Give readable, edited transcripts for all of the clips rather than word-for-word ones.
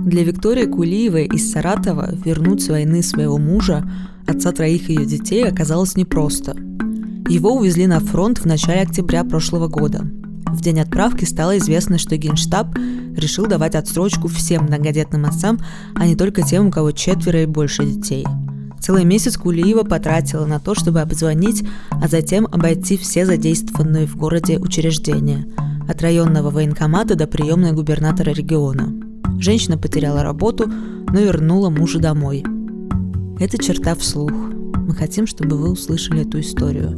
Для Виктории Кулиевой из Саратова вернуть с войны своего мужа, отца 3 ее детей, оказалось непросто. Его увезли на фронт в начале октября прошлого года. В день отправки стало известно, что Генштаб решил давать отсрочку всем многодетным отцам, а не только тем, у кого 4 и больше детей. Целый месяц Кулиева потратила на то, чтобы обзвонить, а затем обойти все задействованные в городе учреждения – от районного военкомата до приемной губернатора региона. Женщина потеряла работу, но вернула мужа домой. Это черта вслух. Мы хотим, чтобы вы услышали эту историю.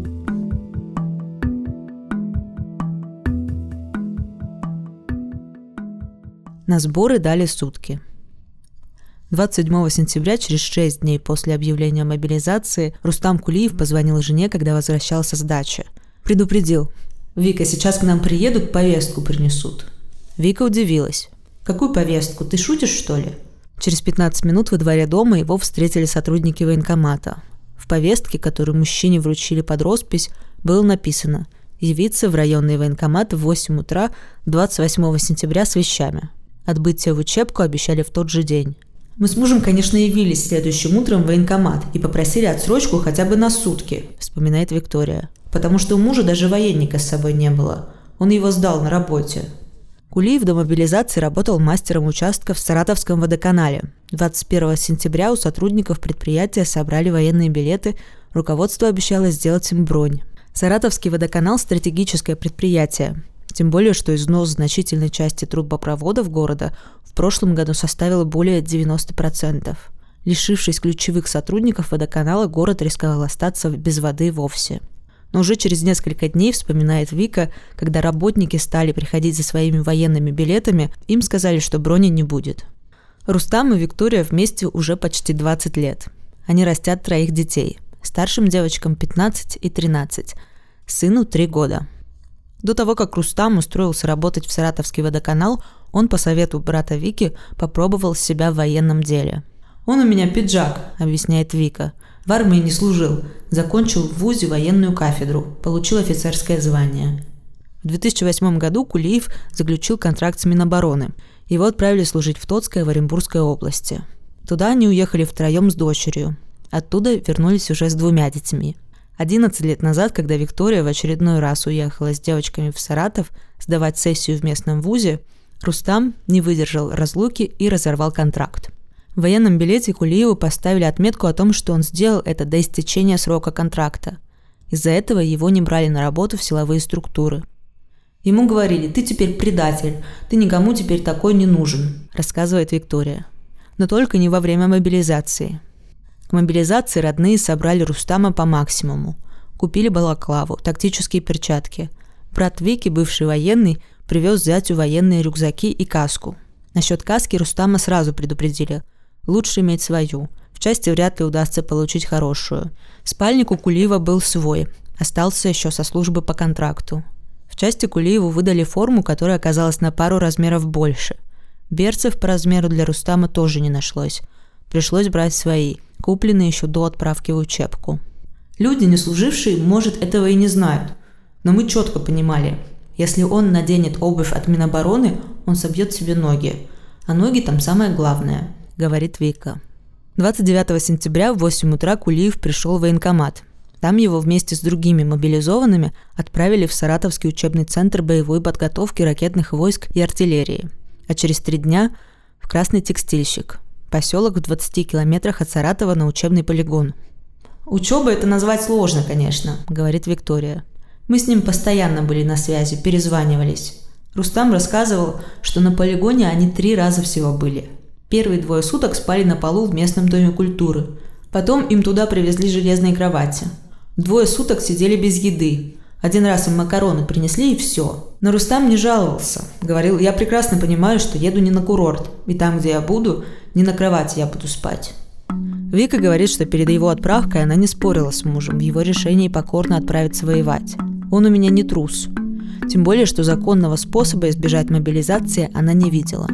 На сборы дали сутки. 27 сентября, через 6 дней после объявления мобилизации, Рустам Кулиев позвонил жене, когда возвращался с дачи. Предупредил: «Вика, сейчас к нам приедут, повестку принесут». Вика удивилась. «Какую повестку? Ты шутишь, что ли?» Через 15 минут во дворе дома его встретили сотрудники военкомата. В повестке, которую мужчине вручили под роспись, было написано: «Явиться в районный военкомат в 8 утра 28 сентября с вещами». Отбытие в учебку обещали в тот же день. «Мы с мужем, конечно, явились следующим утром в военкомат и попросили отсрочку хотя бы на сутки», – вспоминает Виктория. «Потому что у мужа даже военника с собой не было. Он его сдал на работе». Кулиев до мобилизации работал мастером участка в Саратовском водоканале. 21 сентября у сотрудников предприятия собрали военные билеты, руководство обещало сделать им бронь. Саратовский водоканал – стратегическое предприятие. Тем более, что износ значительной части трубопроводов города в прошлом году составил более 90%. Лишившись ключевых сотрудников водоканала, город рисковал остаться без воды вовсе. Но уже через несколько дней, вспоминает Вика, когда работники стали приходить за своими военными билетами, им сказали, что брони не будет. Рустам и Виктория вместе уже почти 20 лет. Они растят 3 детей. Старшим девочкам 15 и 13. Сыну 3 года. До того, как Рустам устроился работать в Саратовский водоканал, он по совету брата Вики попробовал себя в военном деле. «Он у меня пиджак», – объясняет Вика. «В армии не служил. Закончил в вузе военную кафедру. Получил офицерское звание». В 2008 году Кулиев заключил контракт с Минобороны. Его отправили служить в Тотской в Оренбургской области. Туда они уехали втроем с дочерью. Оттуда вернулись уже с 2 детьми. 11 лет назад, когда Виктория в очередной раз уехала с девочками в Саратов сдавать сессию в местном вузе, Рустам не выдержал разлуки и разорвал контракт. В военном билете Кулиеву поставили отметку о том, что он сделал это до истечения срока контракта. Из-за этого его не брали на работу в силовые структуры. Ему говорили: «Ты теперь предатель, ты никому теперь такой не нужен», – рассказывает Виктория. Но только не во время мобилизации. К мобилизации родные собрали Рустама по максимуму. Купили балаклаву, тактические перчатки. Брат Вики, бывший военный, привез зятю военные рюкзаки и каску. Насчет каски Рустама сразу предупредили: лучше иметь свою. В части вряд ли удастся получить хорошую. Спальник у Кулиева был свой. Остался еще со службы по контракту. В части Кулиеву выдали форму, которая оказалась на пару размеров больше. Берцев по размеру для Рустама тоже не нашлось. Пришлось брать свои, купленные еще до отправки в учебку. Люди, не служившие, может, этого и не знают. Но мы четко понимали, если он наденет обувь от Минобороны, он собьет себе ноги. А ноги там самое главное, говорит Вика. 29 сентября в 8 утра Кулиев пришел в военкомат. Там его вместе с другими мобилизованными отправили в Саратовский учебный центр боевой подготовки ракетных войск и артиллерии. А через 3 дня в Красный Текстильщик, поселок в 20 километрах от Саратова, на учебный полигон. «Учеба это назвать сложно, конечно», — говорит Виктория. «Мы с ним постоянно были на связи, перезванивались. Рустам рассказывал, что на полигоне они 3 раза всего были. Первые 2 суток спали на полу в местном доме культуры. Потом им туда привезли железные кровати. 2 суток сидели без еды. 1 раз им макароны принесли и все. Но Рустам не жаловался. Говорил: я прекрасно понимаю, что еду не на курорт. И там, где я буду, не на кровати я буду спать». Вика говорит, что перед его отправкой она не спорила с мужем в его решении покорно отправиться воевать. «Он у меня не трус». Тем более, что законного способа избежать мобилизации она не видела.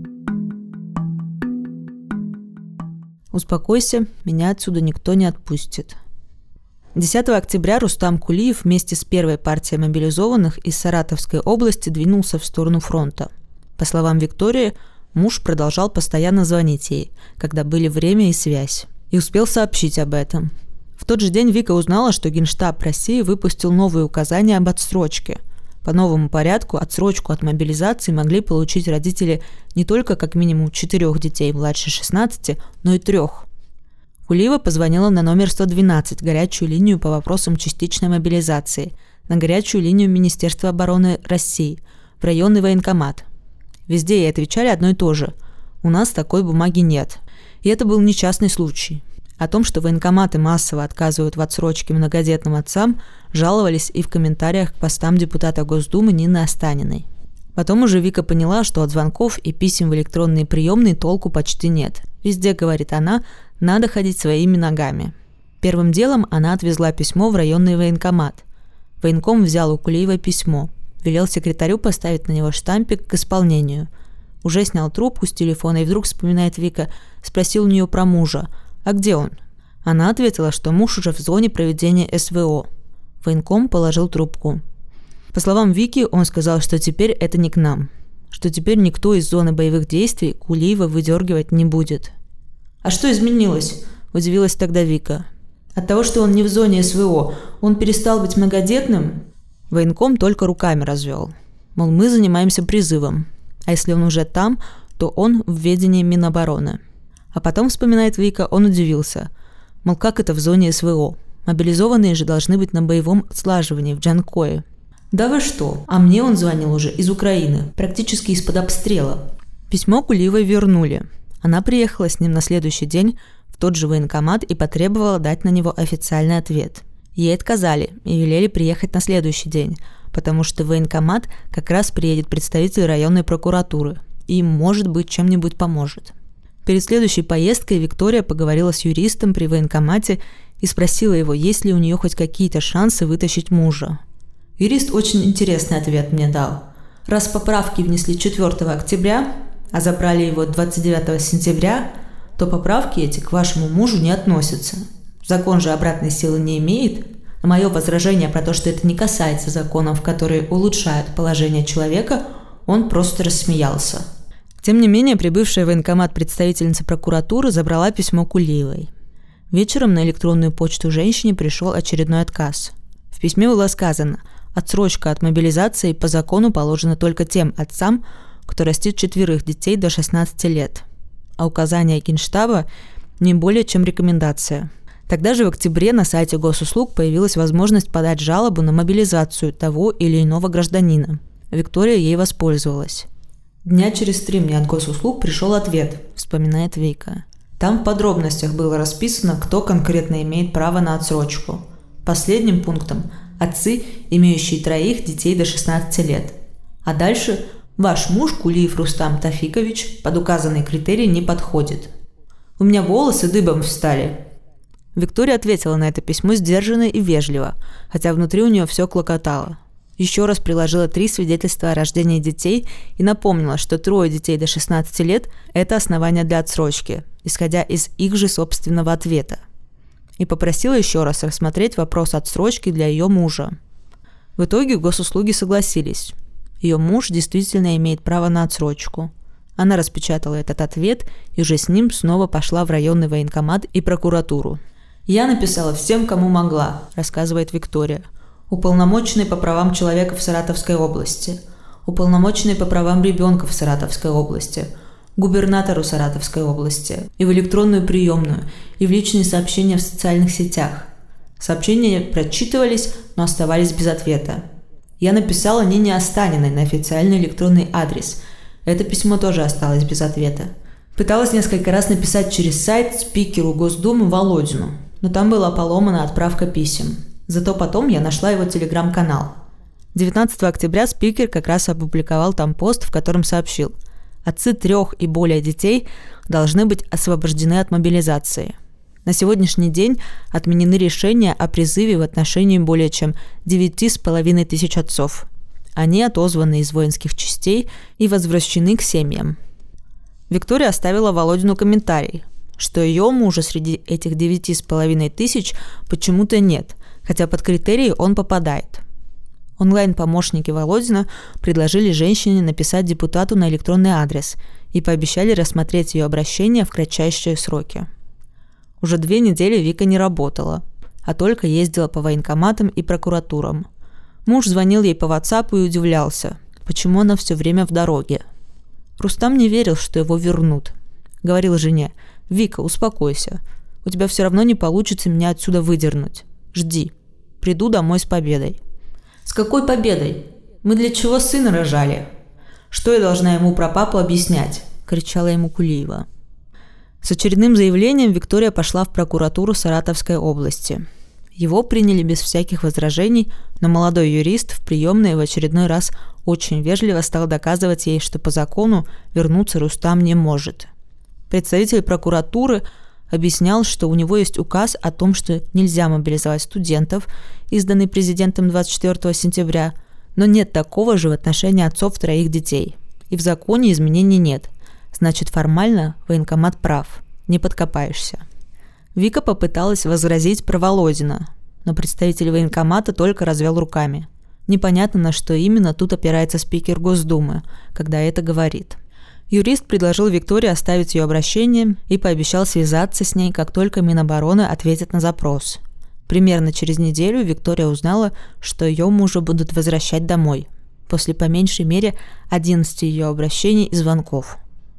«Успокойся, меня отсюда никто не отпустит». 10 октября Рустам Кулиев вместе с первой партией мобилизованных из Саратовской области двинулся в сторону фронта. По словам Виктории, Муж продолжал постоянно звонить ей, когда были время и связь, и успел сообщить об этом. В тот же день Вика узнала, что Генштаб России выпустил новые указания об отсрочке. По новому порядку отсрочку от мобилизации могли получить родители не только как минимум 4 детей младше 16, но и 3. Кулиева позвонила на номер 112, горячую линию по вопросам частичной мобилизации, на горячую линию Министерства обороны России, в районный военкомат. Везде ей отвечали одно и то же: у нас такой бумаги нет. И это был не частный случай. О том, что военкоматы массово отказывают в отсрочке многодетным отцам, жаловались и в комментариях к постам депутата Госдумы Нины Останиной. Потом уже Вика поняла, что от звонков и писем в электронные приемные толку почти нет. Везде, говорит она, надо ходить своими ногами. Первым делом она отвезла письмо в районный военкомат. Военком взял у Кулиевой письмо, велел секретарю поставить на него штампик к исполнению. Уже снял трубку с телефона и вдруг, вспоминает Вика, спросил у нее про мужа: «А где он?» Она ответила, что муж уже в зоне проведения СВО. Военком положил трубку. По словам Вики, он сказал, что теперь это не к нам, что теперь никто из зоны боевых действий Кулиева выдергивать не будет. «А что изменилось?» – удивилась тогда Вика. «От того, что он не в зоне СВО, он перестал быть многодетным?» Военком только руками развел. Мол, мы занимаемся призывом, а если он уже там, то он в ведении Минобороны. А потом, вспоминает Вика, он удивился. Мол, как это в зоне СВО? Мобилизованные же должны быть на боевом слаживании в Джанкое. «Да вы что? А мне он звонил уже из Украины, практически из-под обстрела». Письмо Кулиевой вернули. Она приехала с ним на следующий день в тот же военкомат и потребовала дать на него официальный ответ. Ей отказали и велели приехать на следующий день, потому что в военкомат как раз приедет представитель районной прокуратуры и им, может быть, чем-нибудь поможет. Перед следующей поездкой Виктория поговорила с юристом при военкомате и спросила его, есть ли у нее хоть какие-то шансы вытащить мужа. Юрист очень интересный ответ мне дал. Раз поправки внесли 4 октября, а забрали его 29 сентября, то поправки эти к вашему мужу не относятся. Закон же обратной силы не имеет. На мое возражение про то, что это не касается законов, которые улучшают положение человека, он просто рассмеялся. Тем не менее, прибывшая в военкомат представительница прокуратуры забрала письмо Кулиевой. Вечером на электронную почту женщине пришел очередной отказ. В письме было сказано: отсрочка от мобилизации по закону положена только тем отцам, кто растит 4 детей до 16 лет. А указание Генштаба не более чем рекомендация. Тогда же в октябре на сайте госуслуг появилась возможность подать жалобу на мобилизацию того или иного гражданина. Виктория ей воспользовалась. «Дня через 3 мне от госуслуг пришел ответ», – вспоминает Вика. Там в подробностях было расписано, кто конкретно имеет право на отсрочку. Последним пунктом – отцы, имеющие 3 детей до 16 лет. А дальше – ваш муж Кулиев Рустам Тафикович под указанные критерии не подходит. У меня волосы дыбом встали. Виктория ответила на это письмо сдержанно и вежливо, хотя внутри у нее все клокотало. Еще раз приложила 3 свидетельства о рождении детей и напомнила, что 3 детей до 16 лет – это основание для отсрочки, исходя из их же собственного ответа. И попросила еще раз рассмотреть вопрос отсрочки для ее мужа. В итоге госуслуги согласились. Ее муж действительно имеет право на отсрочку. Она распечатала этот ответ и уже с ним снова пошла в районный военкомат и прокуратуру. «Я написала всем, кому могла», – рассказывает Виктория. Уполномоченный по правам человека в Саратовской области, уполномоченный по правам ребенка в Саратовской области, губернатору Саратовской области, и в электронную приемную, и в личные сообщения в социальных сетях. Сообщения прочитывались, но оставались без ответа. Я написала Нине Останиной на официальный электронный адрес. Это письмо тоже осталось без ответа. Пыталась несколько раз написать через сайт спикеру Госдумы Володину, но там была поломана отправка писем. Зато потом я нашла его телеграм-канал. 19 октября спикер как раз опубликовал там пост, в котором сообщил: отцы 3 и более детей должны быть освобождены от мобилизации. На сегодняшний день отменены решения о призыве в отношении более чем 9,5 тысяч отцов. Они отозваны из воинских частей и возвращены к семьям. Виктория оставила Володину комментарий, что ее мужа среди этих 9,5 тысяч почему-то нет, хотя под критерии он попадает. Онлайн-помощники Володина предложили женщине написать депутату на электронный адрес и пообещали рассмотреть ее обращение в кратчайшие сроки. Уже 2 недели Вика не работала, а только ездила по военкоматам и прокуратурам. Муж звонил ей по WhatsApp и удивлялся, почему она все время в дороге. Рустам не верил, что его вернут. Говорил жене: «Вика, успокойся. У тебя все равно не получится меня отсюда выдернуть. Жди. Приду домой с победой». «С какой победой? Мы для чего сына рожали? Что я должна ему про папу объяснять?» – кричала ему Кулиева. С очередным заявлением Виктория пошла в прокуратуру Саратовской области. Его приняли без всяких возражений, но молодой юрист в приемной в очередной раз очень вежливо стал доказывать ей, что по закону вернуться Рустам не может. Представитель прокуратуры объяснял, что у него есть указ о том, что нельзя мобилизовать студентов, изданный президентом 24 сентября, но нет такого же в отношении отцов 3 детей. И в законе изменений нет. Значит, формально военкомат прав. Не подкопаешься. Вика попыталась возразить про Володина, но представитель военкомата только развел руками. Непонятно, на что именно тут опирается спикер Госдумы, когда это говорит. Юрист предложил Виктории оставить ее обращение и пообещал связаться с ней, как только Минобороны ответит на запрос. Примерно через неделю Виктория узнала, что ее мужа будут возвращать домой, после по меньшей мере 11 ее обращений и звонков.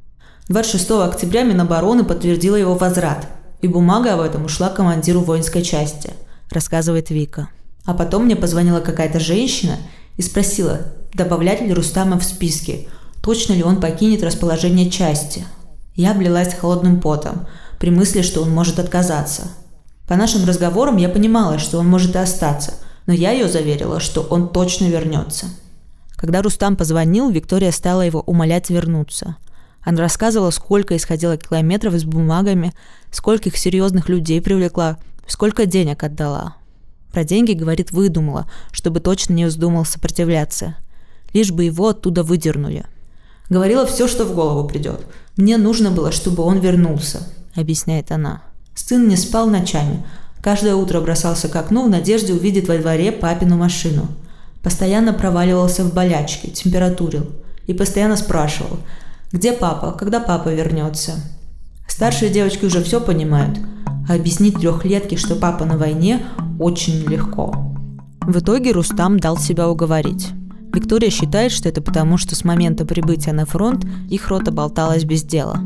26 октября Минобороны подтвердила его возврат, и бумага об этом ушла командиру воинской части, рассказывает Вика. А потом мне позвонила какая-то женщина и спросила, добавлять ли Рустама в списки, точно ли он покинет расположение части. Я облилась холодным потом при мысли, что он может отказаться. По нашим разговорам я понимала, что он может и остаться, но я ее заверила, что он точно вернется. Когда Рустам позвонил, Виктория стала его умолять вернуться. Она рассказывала, сколько исходило километров с бумагами, скольких серьезных людей привлекла, сколько денег отдала. Про деньги, говорит, выдумала, чтобы точно не вздумал сопротивляться. Лишь бы его оттуда выдернули. Говорила все, что в голову придет. Мне нужно было, чтобы он вернулся, объясняет она. Сын не спал ночами. Каждое утро бросался к окну в надежде увидеть во дворе папину машину. Постоянно проваливался в болячки, температурил. И постоянно спрашивал, где папа, когда папа вернется. Старшие девочки уже все понимают, а объяснить 3-летке, что папа на войне, очень нелегко. В итоге Рустам дал себя уговорить. Виктория считает, что это потому, что с момента прибытия на фронт их рота болталась без дела.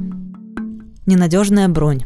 Ненадежная бронь.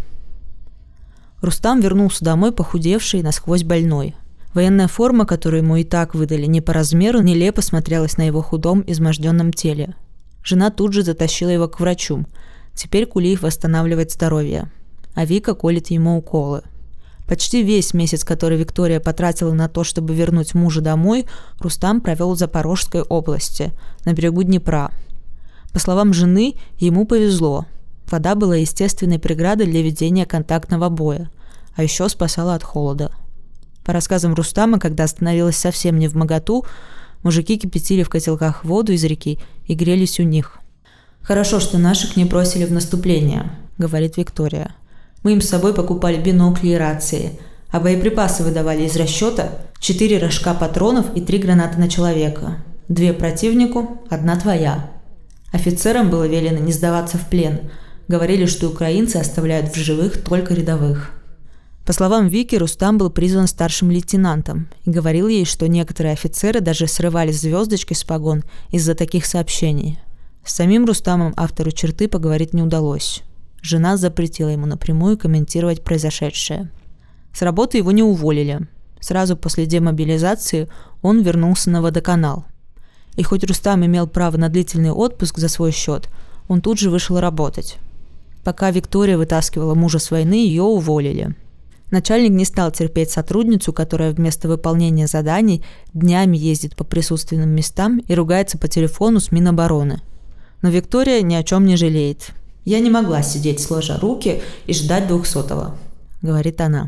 Рустам вернулся домой похудевший и насквозь больной. Военная форма, которую ему и так выдали не по размеру, нелепо смотрелась на его худом, изможденном теле. Жена тут же затащила его к врачу. Теперь Кулиев восстанавливает здоровье, а Вика колет ему уколы. Почти весь месяц, который Виктория потратила на то, чтобы вернуть мужа домой, Рустам провел в Запорожской области, на берегу Днепра. По словам жены, ему повезло. Вода была естественной преградой для ведения контактного боя, а еще спасала от холода. По рассказам Рустама, когда становилось совсем невмоготу, мужики кипятили в котелках воду из реки и грелись у них. «Хорошо, что наших не бросили в наступление», — говорит Виктория. «Мы им с собой покупали бинокли и рации, а боеприпасы выдавали из расчета 4 рожка патронов и 3 гранаты на человека. 2 противнику, 1 твоя. Офицерам было велено не сдаваться в плен. Говорили, что украинцы оставляют в живых только рядовых». По словам Вики, Рустам был призван старшим лейтенантом и говорил ей, что некоторые офицеры даже срывали звездочки с погон из-за таких сообщений. С самим Рустамом автору «Черты» поговорить не удалось. Жена запретила ему напрямую комментировать произошедшее. С работы его не уволили. Сразу после демобилизации он вернулся на водоканал. И хоть Рустам имел право на длительный отпуск за свой счет, он тут же вышел работать. Пока Виктория вытаскивала мужа с войны, ее уволили. Начальник не стал терпеть сотрудницу, которая вместо выполнения заданий днями ездит по присутственным местам и ругается по телефону с Минобороны. Но Виктория ни о чем не жалеет. «Я не могла сидеть сложа руки и ждать 200-го», — говорит она.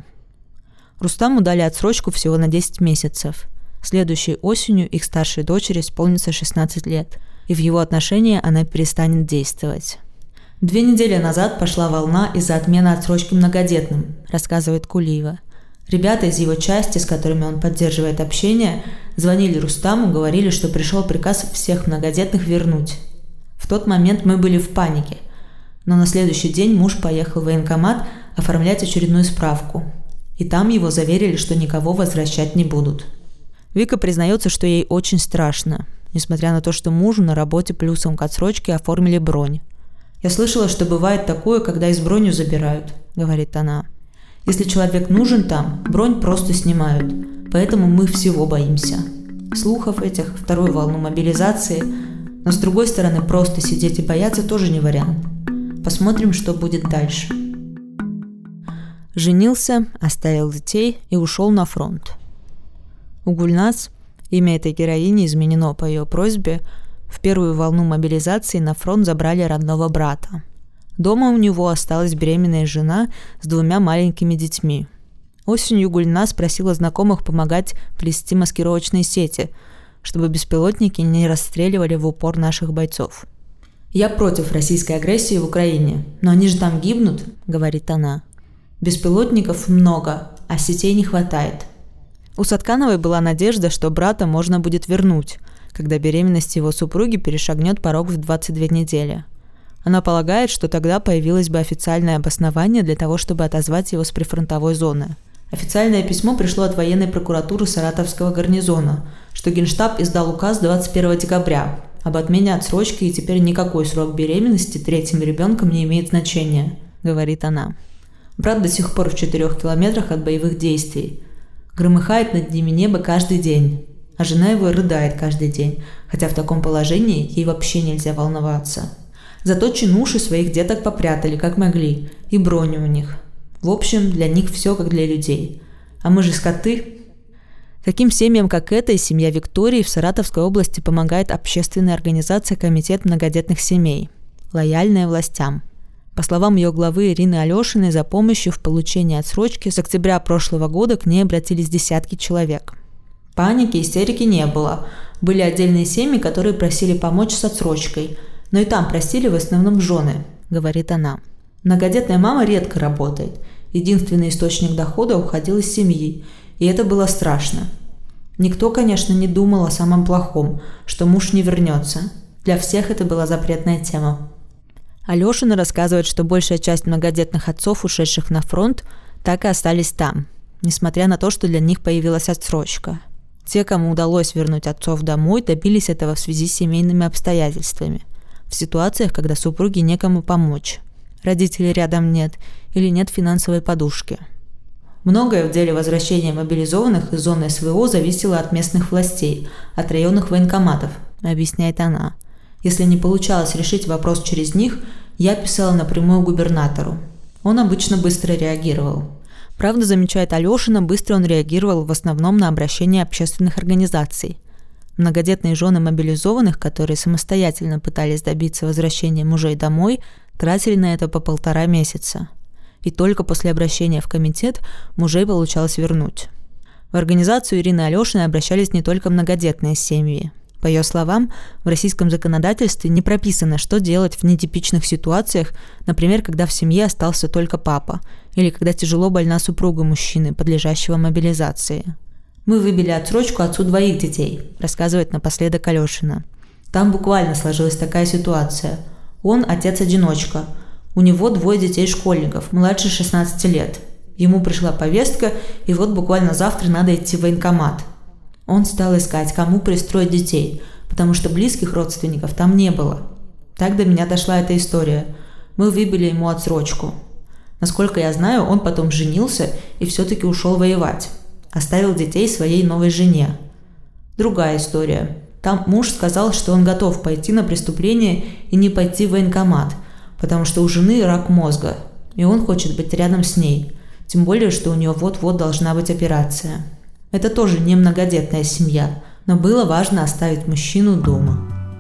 Рустаму дали отсрочку всего на 10 месяцев. Следующей осенью их старшей дочери исполнится 16 лет, и в его отношении она перестанет действовать. 2 недели назад пошла волна из-за отмены отсрочки многодетным, рассказывает Кулиева. Ребята из его части, с которыми он поддерживает общение, звонили Рустаму, говорили, что пришел приказ всех многодетных вернуть. В тот момент мы были в панике. Но на следующий день муж поехал в военкомат оформлять очередную справку. И там его заверили, что никого возвращать не будут. Вика признается, что ей очень страшно, несмотря на то, что мужу на работе плюсом к отсрочке оформили бронь. «Я слышала, что бывает такое, когда из бронью забирают», — говорит она. «Если человек нужен там, бронь просто снимают. Поэтому мы всего боимся. Слухов этих, вторую волну мобилизации. Но с другой стороны, просто сидеть и бояться тоже не вариант. Посмотрим, что будет дальше». Женился, оставил детей и ушел на фронт. У Гульназ, имя этой героини изменено по ее просьбе, в первую волну мобилизации на фронт забрали родного брата. Дома у него осталась беременная жена с 2 маленькими детьми. Осенью Гульназ просила знакомых помогать плести маскировочные сети, чтобы беспилотники не расстреливали в упор наших бойцов. «Я против российской агрессии в Украине, но они же там гибнут», — говорит она. «Беспилотников много, а сетей не хватает». У Саткановой была надежда, что брата можно будет вернуть, когда беременность его супруги перешагнет порог в 22 недели. Она полагает, что тогда появилось бы официальное обоснование для того, чтобы отозвать его с прифронтовой зоны. Официальное письмо пришло от военной прокуратуры Саратовского гарнизона, что Генштаб издал указ 21 декабря об отмене отсрочки, и теперь никакой срок беременности третьим ребенком не имеет значения, говорит она. Брат до сих пор в 4 километрах от боевых действий. Громыхает над ними небо каждый день, а жена его рыдает каждый день, хотя в таком положении ей вообще нельзя волноваться. Зато чинуши своих деток попрятали, как могли, и брони у них. В общем, для них все как для людей. А мы же скоты. Таким семьям, как эта и семья Виктории, в Саратовской области помогает общественная организация «Комитет многодетных семей», лояльная властям. По словам ее главы Ирины Алешиной, за помощью в получении отсрочки с октября прошлого года к ней обратились десятки человек. Паники, истерики не было. Были отдельные семьи, которые просили помочь с отсрочкой, но и там просили в основном жены, говорит она. Многодетная мама редко работает. Единственный источник дохода уходил из семьи, и это было страшно. Никто, конечно, не думал о самом плохом, что муж не вернется. Для всех это была запретная тема. Алешина рассказывает, что большая часть многодетных отцов, ушедших на фронт, так и остались там, несмотря на то, что для них появилась отсрочка. Те, кому удалось вернуть отцов домой, добились этого в связи с семейными обстоятельствами, в ситуациях, когда супруге некому помочь, родителей рядом нет или нет финансовой подушки. Многое в деле возвращения мобилизованных из зоны СВО зависело от местных властей, от районных военкоматов, объясняет она. Если не получалось решить вопрос через них, я писала напрямую губернатору. Он обычно быстро реагировал. Правда, замечает Алешина, быстро он реагировал в основном на обращения общественных организаций. Многодетные жены мобилизованных, которые самостоятельно пытались добиться возвращения мужей домой, тратили на это по 1,5 месяца. И только после обращения в комитет мужей получалось вернуть. В организацию Ирины Алешиной обращались не только многодетные семьи. По ее словам, в российском законодательстве не прописано, что делать в нетипичных ситуациях, например, когда в семье остался только папа, или когда тяжело больна супруга мужчины, подлежащего мобилизации. «Мы выбили отсрочку отцу 2 детей», рассказывает напоследок Алешина. «Там буквально сложилась такая ситуация. Он отец-одиночка. У него 2 детей-школьников, младше 16 лет. Ему пришла повестка, и вот буквально завтра надо идти в военкомат. Он стал искать, кому пристроить детей, потому что близких родственников там не было. Так до меня дошла эта история. Мы выбили ему отсрочку. Насколько я знаю, он потом женился и все-таки ушел воевать. Оставил детей своей новой жене. Другая история. Там муж сказал, что он готов пойти на преступление и не пойти в военкомат, потому что у жены рак мозга, и он хочет быть рядом с ней, тем более, что у нее вот-вот должна быть операция. Это тоже не многодетная семья, но было важно оставить мужчину дома».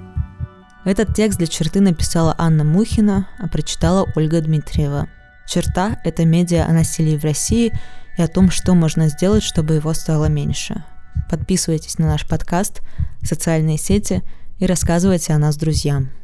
Этот текст для «Черты» написала Анна Мухина, а прочитала Ольга Дмитриева. «Черта» — это медиа о насилии в России и о том, что можно сделать, чтобы его стало меньше. Подписывайтесь на наш подкаст, социальные сети и рассказывайте о нас друзьям.